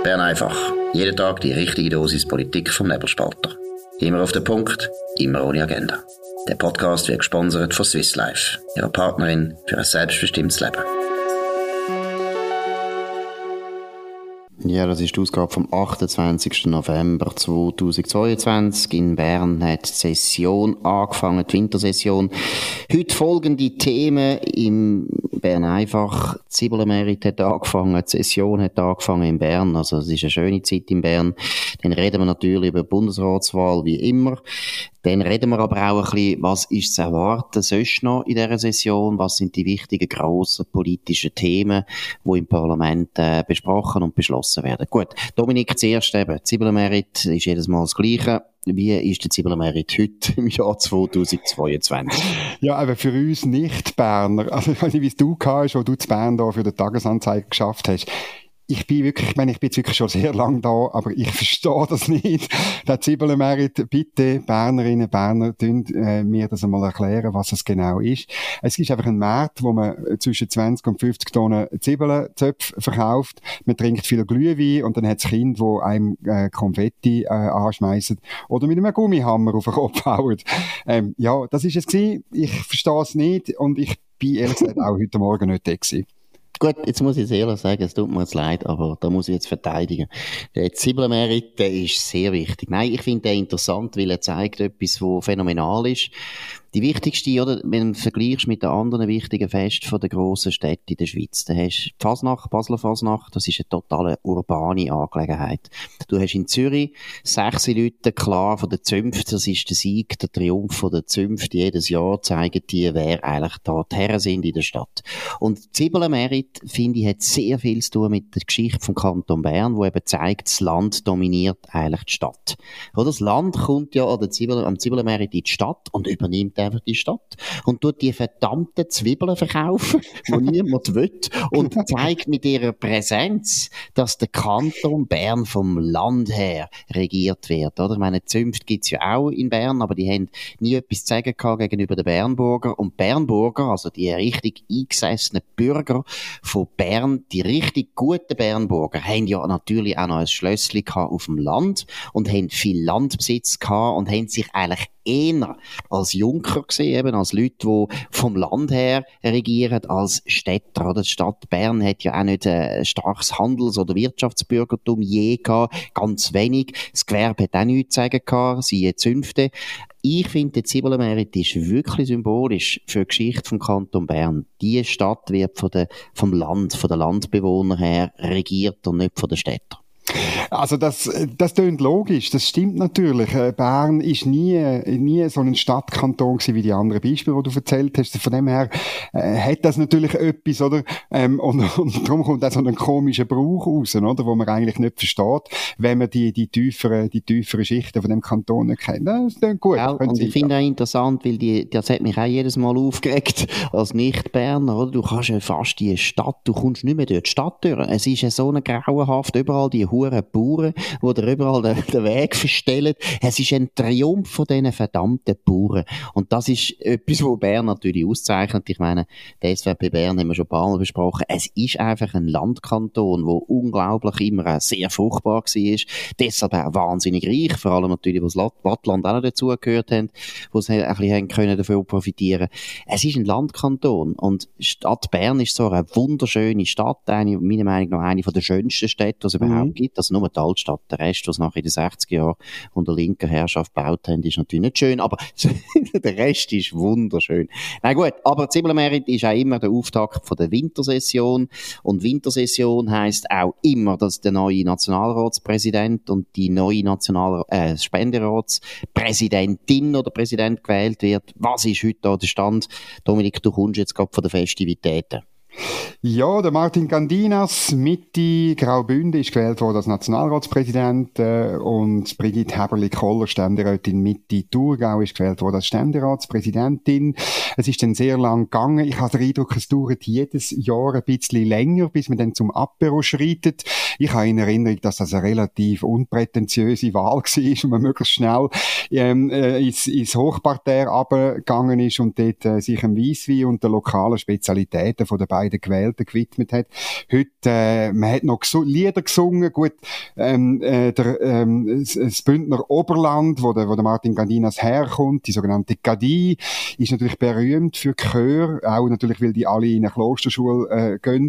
Bern einfach. Jeden Tag die richtige Dosis Politik vom Nebelspalter. Immer auf den Punkt, immer ohne Agenda. Der Podcast wird gesponsert von Swiss Life, ihrer Partnerin für ein selbstbestimmtes Leben. Ja, das ist die Ausgabe vom 28. November 2022. In Bern hat die Session angefangen, die Wintersession. Heute folgende Themen im Bern einfach. Die Zibelemerit hat angefangen, die Session hat angefangen in Bern. Also es ist eine schöne Zeit in Bern. Dann reden wir natürlich über die Bundesratswahl, wie immer. Dann reden wir aber auch ein bisschen, was ist zu erwarten sonst noch in dieser Session? Was sind die wichtigen, grossen politischen Themen, die im Parlament besprochen und beschlossen werden? Gut, Dominik, zuerst eben, Zibelemerit ist jedes Mal das Gleiche. Wie ist der Zibelemerit heute im Jahr 2022? Ja, aber für uns Nicht-Berner, also ich weiß nicht, wie es du hast, wo du zu Bern da für den Tagesanzeiger geschafft hast. Ich bin jetzt wirklich schon sehr lang da, aber ich verstehe das nicht. Der Zibelemerit, bitte, Bernerinnen, Berner, tun mir das einmal erklären, was es genau ist. Es ist einfach ein Markt, wo man zwischen 20 und 50 Tonnen Zwiebelzöpfe verkauft. Man trinkt viel Glühwein und dann hat es Kinder, die einem Konfetti anschmeißen oder mit einem Gummihammer auf den Kopf hauen. Ja, das ist es gewesen. Ich verstehe es nicht und ich bin ehrlich gesagt auch heute Morgen nicht da gewesen. Gut, jetzt muss ich es ehrlich sagen, es tut mir jetzt leid, aber da muss ich jetzt verteidigen. Der Zibelemerit, der ist sehr wichtig. Nein, ich finde den interessant, weil er zeigt etwas, was phänomenal ist. Die wichtigste, oder, wenn du vergleichst mit den anderen wichtigen Festen von den grossen Städten in der Schweiz, dann hast du die Fasnacht, Basler Fasnacht, das ist eine totale urbane Angelegenheit. Du hast in Zürich 6 Leute klar von den Zünften, das ist der Sieg, der Triumph von der Zünfte. Jedes Jahr zeigen die, wer eigentlich da die Herren sind in der Stadt. Und Zibelemerit, finde ich, hat sehr viel zu tun mit der Geschichte vom Kanton Bern, wo eben zeigt, das Land dominiert eigentlich die Stadt. Oder das Land kommt ja am Zibelemerit in die Stadt und übernimmt einfach die Stadt und tut die verdammten Zwiebeln verkaufen, die niemand will, und zeigt mit ihrer Präsenz, dass der Kanton Bern vom Land her regiert wird. Oder? Ich meine, Zünfte gibt's ja auch in Bern, aber die haben nie etwas zu sagen gehabt gegenüber den Bernburger. Und Bernburger, also die richtig eingesessenen Bürger von Bern, die richtig guten Bernburger, haben ja natürlich auch noch ein Schlössli gehabt auf dem Land und haben viel Landbesitz gehabt und haben sich eigentlich eher als Junker gesehen, eben als Leute, die vom Land her regieren, als Städter. Oder? Die Stadt Bern hat ja auch nicht ein starkes Handels- oder Wirtschaftsbürgertum je gehabt, ganz wenig. Das Gewerbe hat auch nichts zu sagen gehabt, siehe Zünfte. Ich finde, der Zibelemerit ist wirklich symbolisch für die Geschichte vom Kanton Bern. Die Stadt wird von den Landbewohnern her regiert und nicht von den Städtern. Also das tönt logisch, das stimmt natürlich. Bern ist nie so ein Stadtkanton gewesen wie die anderen Beispiele, die du erzählt hast. Von dem her hat das natürlich etwas, oder? Und darum kommt auch so ein komischer Brauch raus, oder? Wo man eigentlich nicht versteht, wenn man die tieferen Schichten von dem Kanton nicht kennt. Das tönt gut. Ja, und ich finde auch interessant, weil das hat mich auch jedes Mal aufgeregt, als Nicht-Berner, oder? Du kannst ja fast die Stadt, du kommst nicht mehr durch die Stadt durch. Es ist ja so eine grauenhaft, überall die huren Bauern, die da überall den Weg verstellen. Es ist ein Triumph von diesen verdammten Bauern. Und das ist etwas, was Bern natürlich auszeichnet. Ich meine, die SVP Bern haben wir schon ein paar Mal besprochen. Es ist einfach ein Landkanton, wo unglaublich immer sehr fruchtbar war. Deshalb auch wahnsinnig reich. Vor allem natürlich, wo das Wattland auch noch dazugehört haben, wo sie ein bisschen können davon profitieren. Es ist ein Landkanton. Und die Stadt Bern ist so eine wunderschöne Stadt. Meiner Meinung nach eine der schönsten Städte, die es überhaupt gibt. Also nur die Altstadt. Der Rest, was nachher in den 60er Jahren unter linker Herrschaft gebaut haben, ist natürlich nicht schön, aber der Rest ist wunderschön. Na gut, aber Zibelemerit ist auch immer der Auftakt von der Wintersession. Und Wintersession heisst auch immer, dass der neue Nationalratspräsident und die neue Spenderatspräsidentin oder Präsident gewählt wird. Was ist heute da der Stand? Dominik, du kommst jetzt gerade von den Festivitäten. Ja, der Martin Gandinas, Mitte Graubünden, ist gewählt worden als Nationalratspräsident und Brigitte Häberli-Koller, Ständerätin Mitte Thurgau, ist gewählt worden als Ständeratspräsidentin. Es ist dann sehr lang gegangen. Ich habe den Eindruck, es dauert jedes Jahr ein bisschen länger, bis man dann zum Apero schreitet. Ich habe in Erinnerung, dass das eine relativ unprätentiöse Wahl war und man möglichst schnell ins Hochparterre runtergegangen ist und dort sich ein Weisswein und die lokalen Spezialitäten von den beiden Gewählten gewidmet hat. Heute, man hat noch Lieder gesungen, gut, das Bündner Oberland, wo der Martin Gandinas herkommt, die sogenannte Gadi, ist natürlich berühmt für Chör, auch natürlich, weil die alle in eine Klosterschule gehen.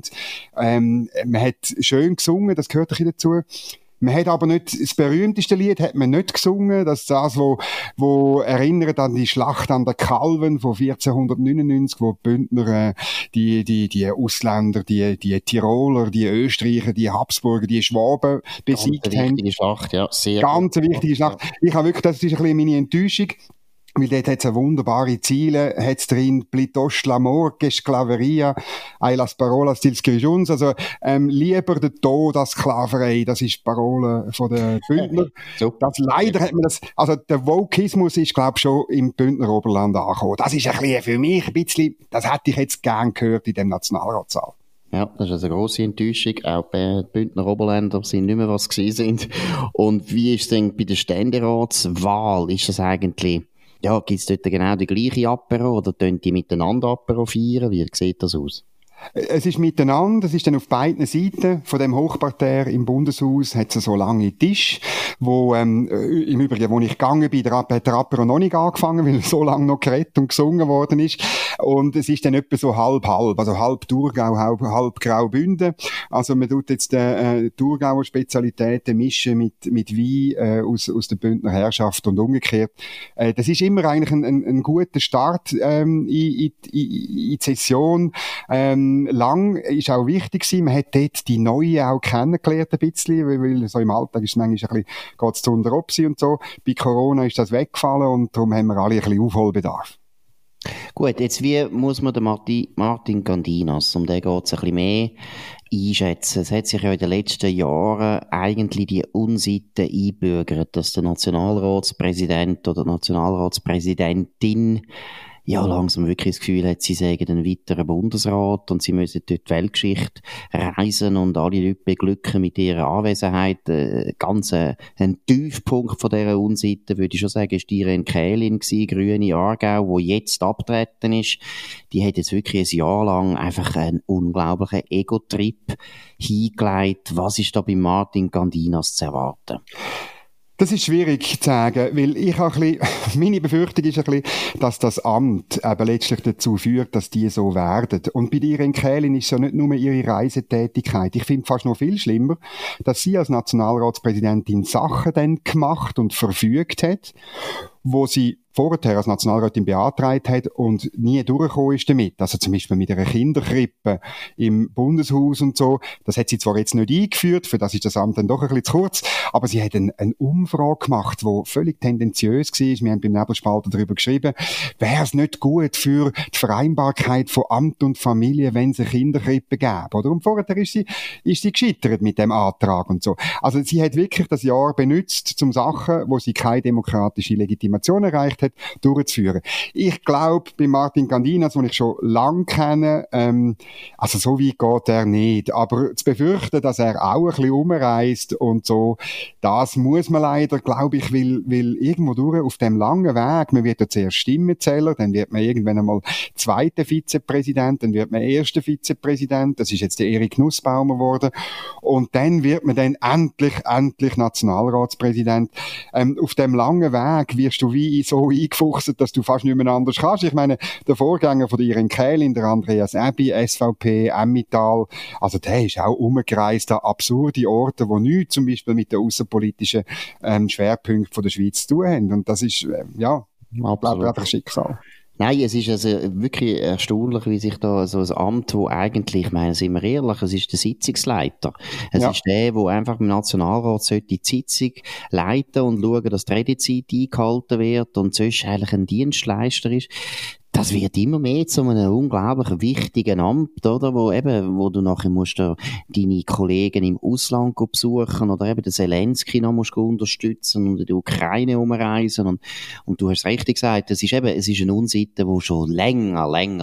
Man hat schön gesungen, das gehört ein bisschen dazu. Man hat aber nicht, das berühmteste Lied hat man nicht gesungen, das ist das, wo erinnert an die Schlacht an der Calven von 1499, wo die Bündner, die Ausländer, die Tiroler, die Österreicher, die Habsburger, die Schwaben besiegt haben. Ganz wichtige Schlacht, ja, sehr. Ganz wichtige Schlacht. Ich habe wirklich, das ist ein bisschen meine Enttäuschung. Weil dort hat es wunderbare Ziele, hat's drin, Plitost l'amor, che Sklaveria, ai las parolas dils grigiuns, also, lieber der Tod als Sklaverei, das ist die Parole von den Bündner. Das, leider hat man das, also der Wokismus ist, glaube ich, schon im Bündner Oberland angekommen. Das ist ein bisschen für mich ein bisschen, das hätte ich jetzt gern gehört in dem Nationalratssaal. Ja, das ist also eine grosse Enttäuschung. Auch die Bündner Oberländer sind nicht mehr, was sie sind. Und wie ist es denn bei der Ständeratswahl? Ist das eigentlich, ja, gibt es dort genau die gleiche Apero oder tun die miteinander Apero feiern? Wie sieht das aus? Es ist miteinander, es ist dann auf beiden Seiten von dem Hochparterre im Bundeshaus, hat es so lange Tisch, wo, im Übrigen, wo ich gegangen bin, hat der Apero noch nicht angefangen, weil so lange noch geredet und gesungen worden ist. Und es ist dann etwa so halb-halb, also halb Thurgau, halb Graubünden. Also man tut jetzt Thurgauer Spezialitäten mischen mit Wein aus der Bündner Herrschaft und umgekehrt. Das ist immer eigentlich ein guter Start in die Session. Lang ist auch wichtig gewesen. Man hat dort die Neuen auch kennengelernt ein bisschen, weil so im Alltag ist es manchmal ein bisschen, geht's zu unter und so. Bei Corona ist das weggefallen und darum haben wir alle ein bisschen Aufholbedarf. Gut, jetzt wie muss man den Martin Gandinas, um den geht es ein bisschen mehr, einschätzen? Es hat sich ja in den letzten Jahren eigentlich die Unsitte einbürgert, dass der Nationalratspräsident oder die Nationalratspräsidentin ja langsam wirklich das Gefühl hat, sie sagen einen weiteren Bundesrat und sie müssen dort die Weltgeschichte reisen und alle Leute beglücken mit ihrer Anwesenheit. Ganz ein Tiefpunkt von dieser Unsitte, würde ich schon sagen, ist die Irene Kählin gewesen, Grüne Aargau, die jetzt abgetreten ist. Die hat jetzt wirklich ein Jahr lang einfach einen unglaublichen Ego-Trip hingelegt. Was ist da bei Martin Gandinas zu erwarten? Das ist schwierig zu sagen, weil ich habe ein bisschen, meine Befürchtung ist ein bisschen, dass das Amt eben letztlich dazu führt, dass die so werden. Und bei Irene Kählin ist es ja nicht nur ihre Reisetätigkeit. Ich finde fast noch viel schlimmer, dass sie als Nationalratspräsidentin Sachen dann gemacht und verfügt hat, wo sie vorher als Nationalrätin beantragt hat und nie durchgekommen ist damit. Also zum Beispiel mit einer Kinderkrippe im Bundeshaus und so. Das hat sie zwar jetzt nicht eingeführt, für das ist das Amt dann doch ein bisschen zu kurz, aber sie hat eine Umfrage gemacht, die völlig tendenziös war. Wir haben beim Nebelspalter darüber geschrieben, wäre es nicht gut für die Vereinbarkeit von Amt und Familie, wenn es eine Kinderkrippe gäbe, oder? Und vorher ist sie gescheitert mit dem Antrag und so. Also sie hat wirklich das Jahr benutzt, zum Sachen, wo sie keine demokratische Legitimation erreicht hat, durchzuführen. Ich glaube, bei Martin Gandinas, den ich schon lange kenne, also so weit geht er nicht. Aber zu befürchten, dass er auch ein bisschen umreist und so, das muss man leider, glaube ich, weil irgendwo durch auf dem langen Weg, man wird ja zuerst Stimmenzähler, dann wird man irgendwann einmal zweiter Vizepräsident, dann wird man erster Vizepräsident, das ist jetzt der Erik Nussbaumer geworden, und dann wird man dann endlich Nationalratspräsident. Auf dem langen Weg wirst du wie so eingefuchst, dass du fast nicht mehr anders kannst. Ich meine, der Vorgänger von Irene Kählin, der Andreas Aebi, SVP, Emmental, also der ist auch umgereist an absurde Orte, wo nichts zum Beispiel mit den außenpolitischen Schwerpunkten von der Schweiz zu tun haben. Und das ist, ja, einfach Schicksal. Nein, es ist also wirklich erstaunlich, wie sich da so ein Amt, wo eigentlich, ich meine, sind wir ehrlich, es ist der Sitzungsleiter. Es ist der einfach im Nationalrat sollte die Sitzung leiten und schauen, dass die Redezeit eingehalten wird und sonst eigentlich ein Dienstleister ist. Das wird immer mehr zu einem unglaublich wichtigen Amt, oder? Wo du nachher musst deine Kollegen im Ausland besuchen oder eben den Zelensky noch musst unterstützen und in die Ukraine umreisen und du hast es richtig gesagt, es ist eine Unsitte, die schon länger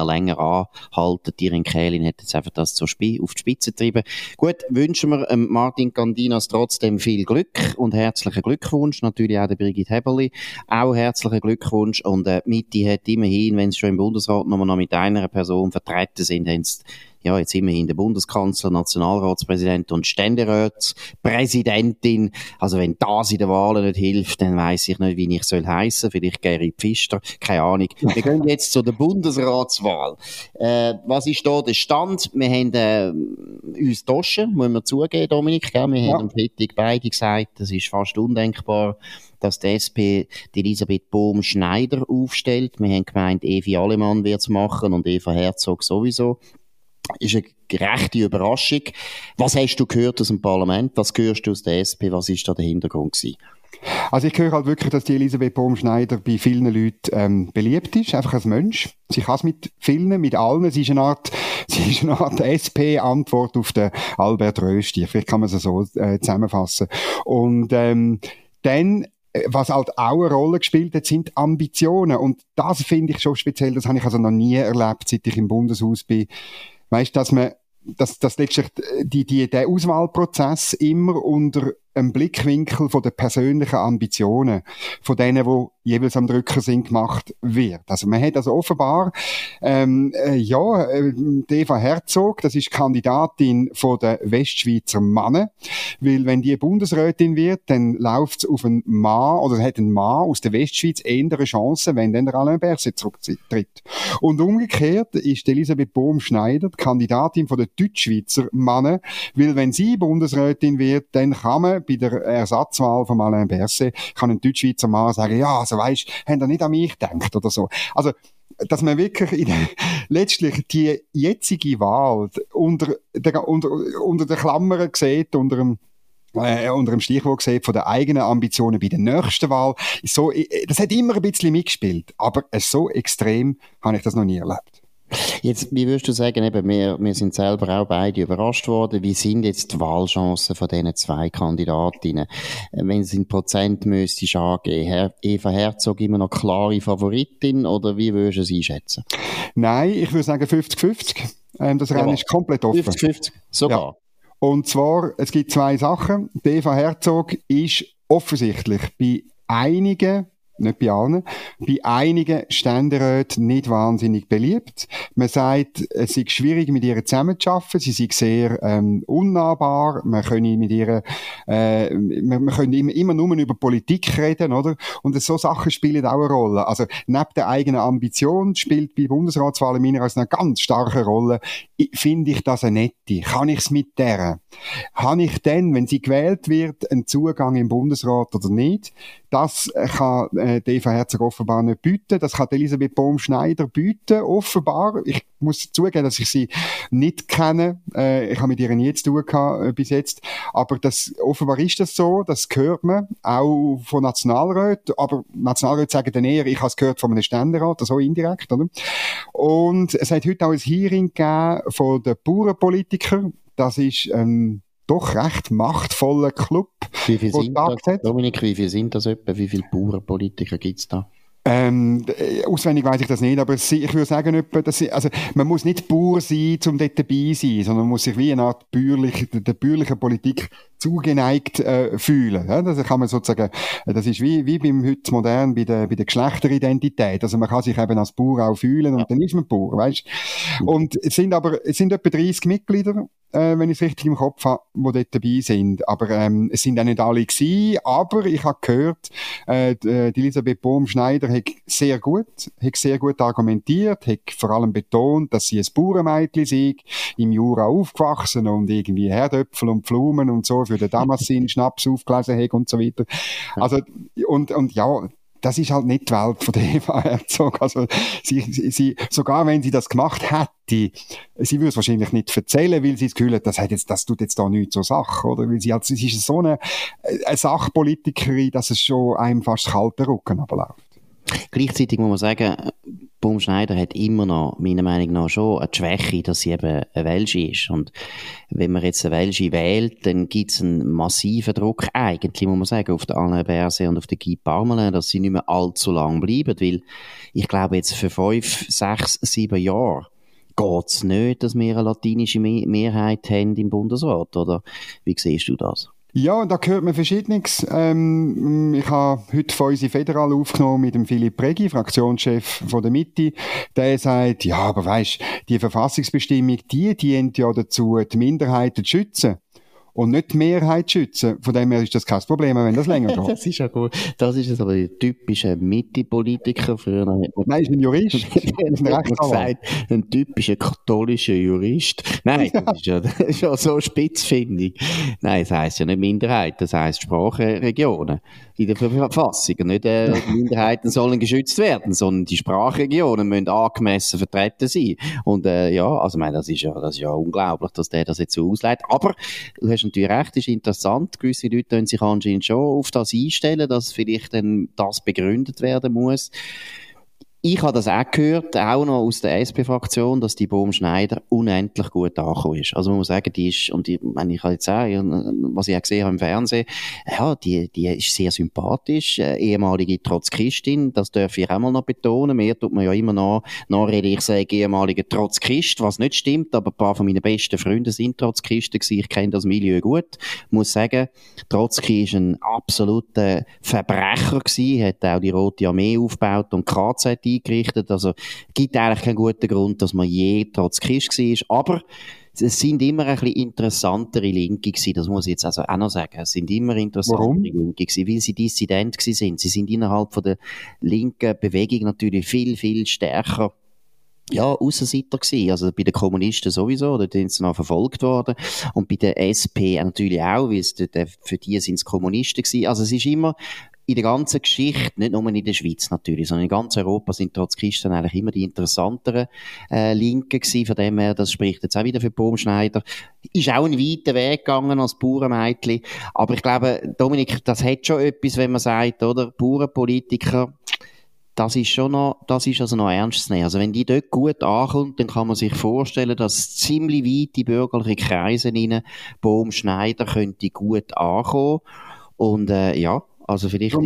anhalten. Die Irene Kählin hat jetzt einfach das auf die Spitze getrieben. Gut, wünschen wir Martin Gandinas trotzdem viel Glück und herzlichen Glückwunsch. Natürlich auch der Birgit Heberli. Auch herzlichen Glückwunsch und Mitte hat immerhin, wenn es schon im Bundesrat noch mit einer Person vertreten sind, haben sie ja, jetzt immerhin der Bundeskanzler, Nationalratspräsident und Ständeratspräsidentin. Also wenn das in den Wahlen nicht hilft, dann weiss ich nicht, wie ich soll heissen. Vielleicht Gerrit Pfister, keine Ahnung. Wir gehen jetzt zu der Bundesratswahl. Was ist da der Stand? Wir haben uns getauscht, muss man zugeben, Dominik. Gell? Wir haben am Freitag beide gesagt, das ist fast undenkbar, dass die SP die Elisabeth Bohm-Schneider aufstellt. Wir haben gemeint, Evi Allemann wird es machen und Eva Herzog sowieso. Ist eine rechte Überraschung. Was hast du gehört aus dem Parlament? Was hörst du aus der SP? Was ist da der Hintergrund gewesen? Also ich höre halt wirklich, dass die Elisabeth Bohm-Schneider bei vielen Leuten beliebt ist, einfach als Mensch. Sie kann es mit vielen, mit allen. Sie ist eine Art SP-Antwort auf den Albert Rösti. Vielleicht kann man es so zusammenfassen. Und dann was halt auch eine Rolle gespielt hat, sind Ambitionen. Und das finde ich schon speziell, das habe ich also noch nie erlebt, seit ich im Bundeshaus bin. Weißt, dass letztlich der Auswahlprozess immer unter einem Blickwinkel von den persönlichen Ambitionen von denen, die jeweils am Drücker sind, gemacht wird. Also man hat also offenbar die Eva Herzog, das ist Kandidatin von der Westschweizer Mannen, weil wenn die Bundesrätin wird, dann läuft es auf einen Mann, oder hat ein Mann aus der Westschweiz eher eine Chance, wenn dann der Alain Berset zurücktritt. Und umgekehrt ist Elisabeth Bohm-Schneider die Kandidatin von der Deutschschweizer Mannen, weil wenn sie Bundesrätin wird, dann kann man bei der Ersatzwahl von Alain Berset kann ein Deutschschweizer Mann sagen, ja, also weisst, habt ihr nicht an mich gedacht oder so. Also, dass man wirklich letztlich die jetzige Wahl unter der Klammer sieht, unter dem Stichwort sieht von den eigenen Ambitionen bei der nächsten Wahl, so, das hat immer ein bisschen mitgespielt, aber so extrem habe ich das noch nie erlebt. Jetzt, wie würdest du sagen, eben, wir sind selber auch beide überrascht worden. Wie sind jetzt die Wahlchancen von diesen zwei Kandidatinnen? Wenn es in Prozent müsstest angeben, Eva Herzog immer noch klare Favoritin, oder wie würdest du es einschätzen? Nein, ich würde sagen 50-50. Das Rennen ist komplett offen. 50-50, sogar? Ja. Und zwar, es gibt zwei Sachen. Die Eva Herzog ist offensichtlich bei einigen, nicht bei allen, bei einigen Ständeräten nicht wahnsinnig beliebt. Man sagt, es ist schwierig, mit ihr zusammenzuarbeiten. Sie sind sehr unnahbar. Man können mit ihr, man können immer nur über Politik reden, oder? Und so Sachen spielen auch eine Rolle. Also neben der eigenen Ambition spielt bei Bundesratswahlen meiner Ansicht nach eine ganz starke Rolle. Finde ich das eine nette? Kann ich es mit der? Habe ich denn, wenn sie gewählt wird, einen Zugang im Bundesrat oder nicht? Das kann die Eva Herzog offenbar nicht bieten. Das kann Elisabeth Bohm-Schneider bieten, offenbar. Ich muss zugeben, dass ich sie nicht kenne. Ich habe mit ihr nie zu tun gehabt, bis jetzt. Aber offenbar ist das so. Das hört man auch von Nationalräten. Aber Nationalräte sagen dann eher, ich habe es gehört von einem Ständerat, so indirekt, oder? Und es hat heute auch ein Hearing gegeben von den Bauernpolitikern. Das ist doch recht machtvoller Club. Wie viel sind das, Dominik, wie viel sind das etwa? Wie viele Bauernpolitiker gibt es da? Auswendig weiss ich das nicht, aber ich würde sagen, also man muss nicht Bauer sein, um dort dabei zu sein, sondern man muss sich wie eine Art der bäuerlichen Politik zugeneigt fühlen. Ja, das kann man sozusagen, das ist wie beim heute modern bei der Geschlechteridentität. Also man kann sich eben als Bauer auch fühlen und dann ist man Bauer, weißt? Und es sind etwa 30 Mitglieder, wenn ich es richtig im Kopf habe, die dort dabei sind. Aber es sind auch nicht alle gewesen, aber ich habe gehört, die Elisabeth Bohm-Schneider hat sehr gut argumentiert, hat vor allem betont, dass sie ein Bauernmädchen sei, im Jura aufgewachsen und irgendwie Herdöpfel und Pflaumen und so für den Damassin-Schnaps aufgelesen hat und so weiter. Also, und ja, das ist halt nicht die Welt von der Eva Herzog. Also, sie, sogar wenn sie das gemacht hätte, sie würde es wahrscheinlich nicht erzählen, weil sie das Gefühl hat, das tut jetzt da nichts zur Sache, oder? Weil sie ist so eine Sachpolitikerin, dass es schon einem fast kalten Rücken runterläuft. Gleichzeitig muss man sagen, Bohm-Schneider hat immer noch, meiner Meinung nach, schon eine Schwäche, dass sie eben eine Welsche ist. Und wenn man jetzt eine Welsche wählt, dann gibt es einen massiven Druck, eigentlich, muss man sagen, auf den Alain Berset und auf den Guy Parmelin, dass sie nicht mehr allzu lang bleiben, weil ich glaube, jetzt für 5, 6, 7 Jahre geht es nicht, dass wir eine latinische Mehrheit haben im Bundesrat, oder? Wie siehst du das? Ja, da hört man Verschiedenes. Ich habe heute von unsere Federal aufgenommen mit dem Philipp Regi, Fraktionschef von der Mitte. Der sagt, ja, aber weisst, die Verfassungsbestimmung, die dient ja dazu, die Minderheiten zu schützen. Und nicht die Mehrheit schützen. Von dem her ist das kein Problem, wenn das länger geht. Das ist ja gut. Das ist aber ein typischer Mitte-Politiker. Früher Nein, ist ein Jurist. Ist ein gesagt, ein typischer katholischer Jurist. Nein, das ist ja so spitz, finde ich. Nein, das heisst ja nicht Minderheit, das heisst Sprachregionen in der Verfassung. Nicht Minderheiten sollen geschützt werden, sondern die Sprachregionen müssen angemessen vertreten sein. Und ja, also ich meine, das ist ja unglaublich, dass der das jetzt so ausleitet. Aber du hast natürlich recht, ist interessant. Gewisse Leute können sich anscheinend schon auf das einstellen, dass vielleicht dann das begründet werden muss. Ich habe das auch gehört, auch noch aus der SP-Fraktion, dass die Bohm-Schneider unendlich gut angekommen ist. Also man muss sagen, die ist, und ich kann jetzt sagen, was ich auch gesehen habe im Fernsehen, ja, die ist sehr sympathisch, ehemalige Trotzkistin, das darf ich auch mal noch betonen. Mir tut man ja immer noch nachreden, ich sage ehemalige Trotzkist, was nicht stimmt, aber ein paar von meinen besten Freunden sind Trotzkisten gewesen. Ich kenne das Milieu gut. Ich muss sagen, Trotzki ist ein absoluter Verbrecher gewesen, hat auch die Rote Armee aufgebaut und KZ eingerichtet. Also, gibt eigentlich keinen guten Grund, dass man je Trotzkist war. Aber es sind immer ein bisschen interessantere Linke gewesen. Das muss ich jetzt also auch noch sagen. Es sind immer interessantere Linke gewesen, weil sie dissident gewesen sind. Sie sind innerhalb von der linken Bewegung natürlich viel, viel stärker Aussenseiter gewesen. Also bei den Kommunisten sowieso, dort sind sie noch verfolgt worden. Und bei der SP natürlich auch, weil für die sind es Kommunisten gewesen. Also es ist immer in der ganzen Geschichte, nicht nur in der Schweiz natürlich, sondern in ganz Europa sind Trotzkisten eigentlich immer die interessanteren Linken gewesen. Von dem her, das spricht jetzt auch wieder für Bohm-Schneider. Ist auch einen weiten Weg gegangen als Bauernmädchen. Aber ich glaube, Dominik, das hat schon etwas, wenn man sagt, oder? Bauernpolitiker, das ist also noch ernst zu nehmen. Also wenn die dort gut ankommt, dann kann man sich vorstellen, dass ziemlich weite bürgerliche Kreise rein Bohm-Schneider könnte gut ankommen. Und also vielleicht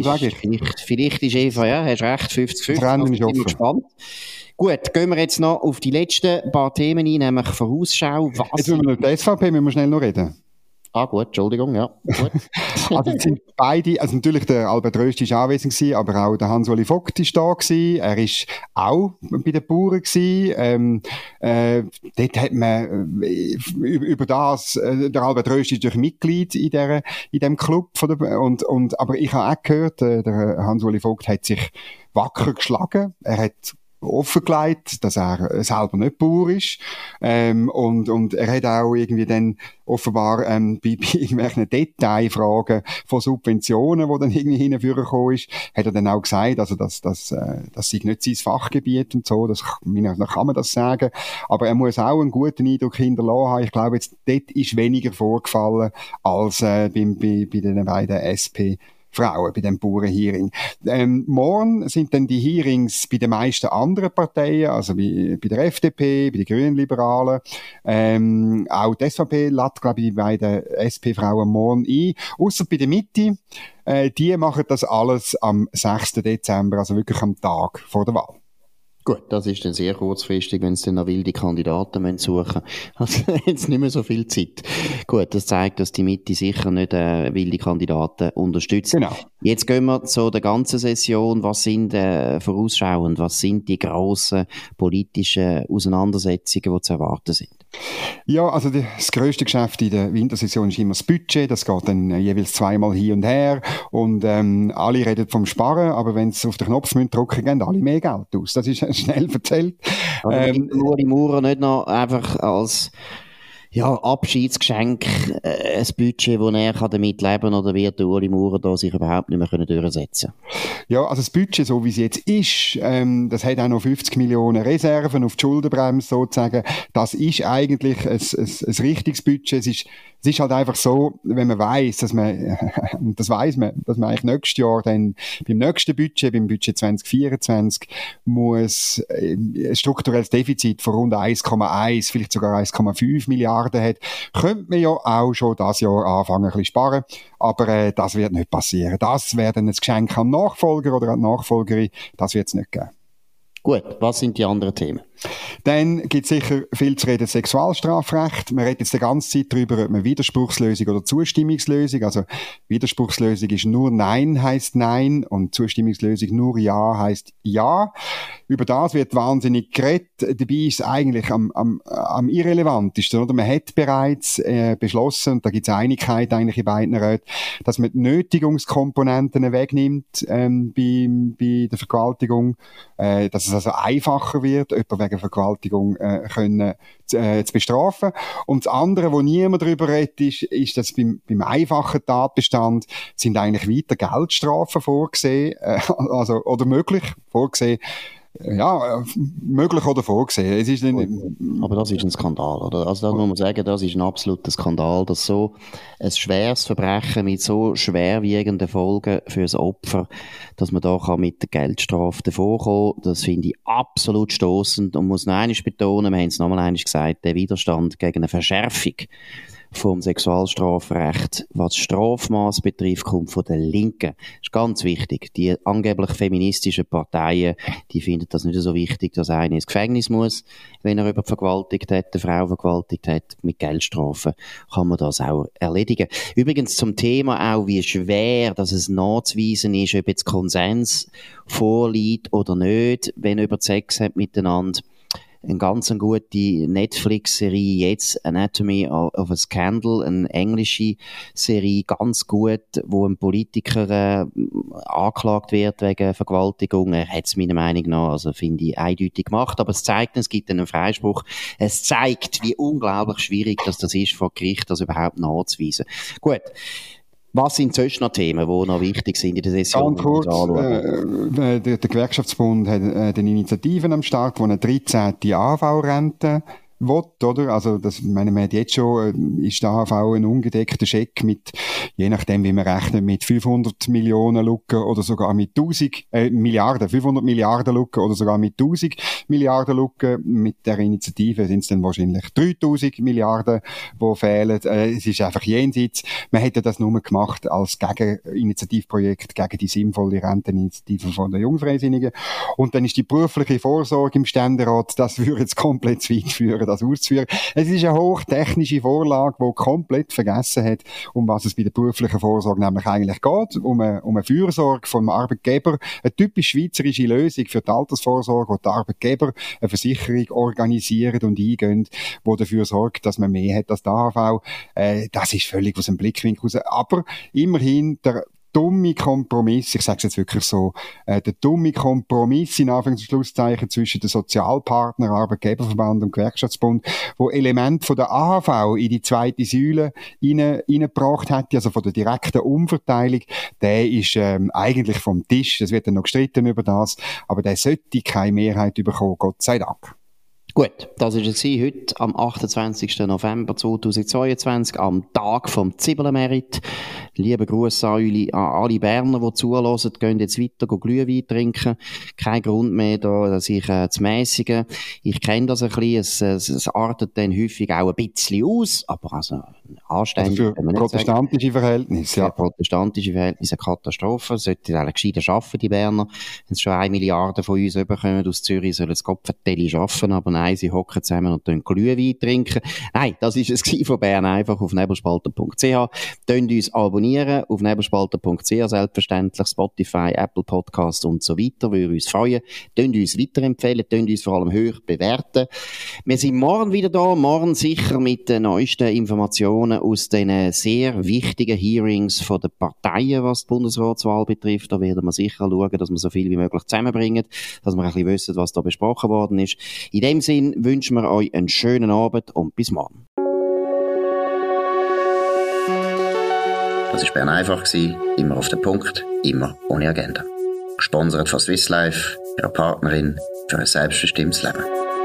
ist Eva, ja, hast recht, 50-50. Ich bin gespannt. Gut, gehen wir jetzt noch auf die letzten paar Themen ein, nämlich Vorausschau. Jetzt müssen wir noch die SVP, müssen wir schnell noch reden. Ah, gut, Entschuldigung, ja. Gut. Also, es sind beide, also natürlich der Albert Rösti ist anwesend gewesen, aber auch der Hans-Uli Vogt ist da gewesen. Er ist auch bei den Bauern gewesen. Dort hat man, über das, der Albert Rösti ist natürlich Mitglied in dem Club aber ich habe auch gehört, der Hans-Uli Vogt hat sich wacker geschlagen. Er hat offengelegt, dass er selber nicht Bauer ist. Und er hat auch irgendwie dann offenbar bei irgendwelchen Detailfragen von Subventionen, die dann irgendwie hinführen ist, hat er dann auch gesagt, also das sei nicht sein Fachgebiet und so, das kann man das sagen. Aber er muss auch einen guten Eindruck hinterlassen haben. Ich glaube, jetzt dort ist weniger vorgefallen als bei den beiden SP Frauen bei dem Bauernhearing. Morgen sind dann die Hearings bei den meisten anderen Parteien, also bei der FDP, bei den Grünen Liberalen. Auch die SVP lädt, glaube ich, die beiden SP-Frauen morgen ein. Ausser bei der Mitte. Die machen das alles am 6. Dezember, also wirklich am Tag vor der Wahl. Gut, das ist dann sehr kurzfristig, wenn sie dann noch wilde Kandidaten suchen müssen. Also jetzt nicht mehr so viel Zeit. Gut, das zeigt, dass die Mitte sicher nicht wilde Kandidaten unterstützt. Genau. Jetzt gehen wir zu der ganzen Session. Was sind vorausschauend? Was sind die grossen politischen Auseinandersetzungen, die zu erwarten sind? Ja, also das grösste Geschäft in der Wintersession ist immer das Budget. Das geht dann jeweils zweimal hin und her. Und alle reden vom Sparen, aber wenn sie auf den Knopf drücken müssen, geben alle mehr Geld aus. Das ist schnell erzählt. Ueli Maurer nicht noch einfach als Abschiedsgeschenk ein Budget, wo er damit leben kann, oder wird der Ueli Maurer da sich überhaupt nicht mehr durchsetzen können? Ja, also das Budget, so wie es jetzt ist, das hat auch noch 50 Millionen Reserven auf die Schuldenbremse sozusagen. Das ist eigentlich ein richtiges Budget. Es ist halt einfach so, wenn man weiss, dass man eigentlich nächstes Jahr dann beim nächsten Budget, beim Budget 2024, muss ein strukturelles Defizit von rund 1,1, vielleicht sogar 1,5 Milliarden hat, könnte man ja auch schon das Jahr anfangen, ein bisschen sparen. Aber das wird nicht passieren. Das wäre dann ein Geschenk an den Nachfolger oder an die Nachfolgerin. Das wird es nicht geben. Gut, was sind die anderen Themen? Dann gibt es sicher viel zu reden Sexualstrafrecht. Man redet jetzt die ganze Zeit darüber, ob man Widerspruchslösung oder Zustimmungslösung, also Widerspruchslösung ist nur Nein heisst Nein und Zustimmungslösung nur Ja heisst Ja. Über das wird wahnsinnig geredet. Dabei ist es eigentlich am irrelevantesten, oder? Man hat bereits beschlossen, und da gibt es Einigkeit eigentlich in beiden Räten, dass man die Nötigungskomponenten wegnimmt bei der Vergewaltigung, dass es also einfacher wird, jemanden wegen Vergewaltigung zu bestrafen. Und das andere, wo niemand darüber redet, ist, dass beim einfachen Tatbestand sind eigentlich weiter Geldstrafen vorgesehen, also oder möglich vorgesehen. Ja, möglich oder vorgesehen. Es ist aber das ist ein Skandal, oder? Also da muss man sagen, das ist ein absoluter Skandal, dass so ein schweres Verbrechen mit so schwerwiegenden Folgen für das Opfer, dass man da mit der Geldstrafe davonkommen kann, das finde ich absolut stossend und muss noch einmal betonen, wir haben es noch einmal gesagt, der Widerstand gegen eine Verschärfung vom Sexualstrafrecht, was das Strafmaß betrifft, kommt von der Linken. Das ist ganz wichtig. Die angeblich feministischen Parteien, die finden das nicht so wichtig, dass einer ins Gefängnis muss, wenn er jemanden vergewaltigt hat, eine Frau vergewaltigt hat. Mit Geldstrafen kann man das auch erledigen. Übrigens zum Thema auch, wie schwer dass es nachzuweisen ist, ob jetzt Konsens vorliegt oder nicht, wenn jemand Sex hat miteinander. Eine ganz gute Netflix-Serie jetzt, Anatomy of a Scandal, eine englische Serie, ganz gut, wo ein Politiker angeklagt wird wegen Vergewaltigung. Er hat es meiner Meinung nach, also finde ich, eindeutig gemacht, aber es zeigt, es gibt einen Freispruch. Es zeigt, wie unglaublich schwierig das ist, vor Gericht das überhaupt nachzuweisen. Gut. Was sind sonst noch Themen, die noch wichtig sind in der Session? Ganz kurz, der Gewerkschaftsbund hat eine Initiative am Start, die eine 13. AHV-Rente will, oder? Also, man hat jetzt schon, ist der AHV ein ungedeckter Scheck mit, je nachdem, wie man rechnet, mit 500 Millionen Lücken oder sogar mit 500 Milliarden Lücken oder sogar mit 1000 Milliarden Lücken. Mit der Initiative sind es dann wahrscheinlich 3000 Milliarden, die fehlen. Es ist einfach jenseits. Man hätte das nur gemacht als Gegeninitiativprojekt gegen die sinnvolle Renteninitiative von der Jungfreisinnigen. Und dann ist die berufliche Vorsorge im Ständerat, das würde jetzt komplett zu weit führen, das auszuführen. Es ist eine hochtechnische Vorlage, die komplett vergessen hat, um was es bei der beruflichen Vorsorge nämlich eigentlich geht, um eine Fürsorge vom Arbeitgeber, eine typisch schweizerische Lösung für die Altersvorsorge, wo die Arbeitgeber eine Versicherung organisieren und eingehen, die dafür sorgt, dass man mehr hat als die AHV. Das ist völlig aus dem Blickwinkel raus. Aber immerhin der dumme Kompromiss, ich sage es jetzt wirklich so, der dumme Kompromiss in Anführungs- und Schlusszeichen zwischen den Sozialpartnern, Arbeitgeberverband und Gewerkschaftsbund, wo Element von der AHV in die zweite Säule reingebracht hat, also von der direkten Umverteilung, der ist eigentlich vom Tisch. Es wird dann noch gestritten über das, aber der sollte keine Mehrheit bekommen, Gott sei Dank. Gut, das war es heute am 28. November 2022, am Tag vom Zibelemerit. Liebe Gruß an alle Berner, die zuhören, gehen jetzt weiter Glühwein trinken. Kein Grund mehr, da sich zu mässigen. Ich kenne das ein bisschen, es artet dann häufig auch ein bisschen aus, aber also anständig. Also für protestantische Verhältnisse, ja. Für protestantische Verhältnisse eine Katastrophe. Sollten eigentlich gescheiter arbeiten, die Berner. Wenn sie schon 1 Milliarde von uns bekommen aus Zürich, sollen sie Kopfvertelli arbeiten, aber nein, sie hocken zusammen und Glühwein trinken. Nein, das war es von Bern einfach auf nebelspalter.ch. Tönt uns abonnieren auf nebelspalter.ch, selbstverständlich Spotify, Apple Podcast und so weiter. Würde uns freuen. Tönt uns weiterempfehlen, tönt uns vor allem hoch bewerten. Wir sind morgen wieder da, morgen sicher mit den neuesten Informationen aus den sehr wichtigen Hearings von den Parteien, was die Bundesratswahl betrifft. Da werden wir sicher schauen, dass wir so viel wie möglich zusammenbringen, dass wir ein bisschen wissen, was da besprochen worden ist. In dem Sinn wünschen wir euch einen schönen Abend und bis morgen. Das war Bern einfach, immer auf den Punkt, immer ohne Agenda. Gesponsert von Swiss Life, ihrer Partnerin für ein selbstbestimmtes Leben.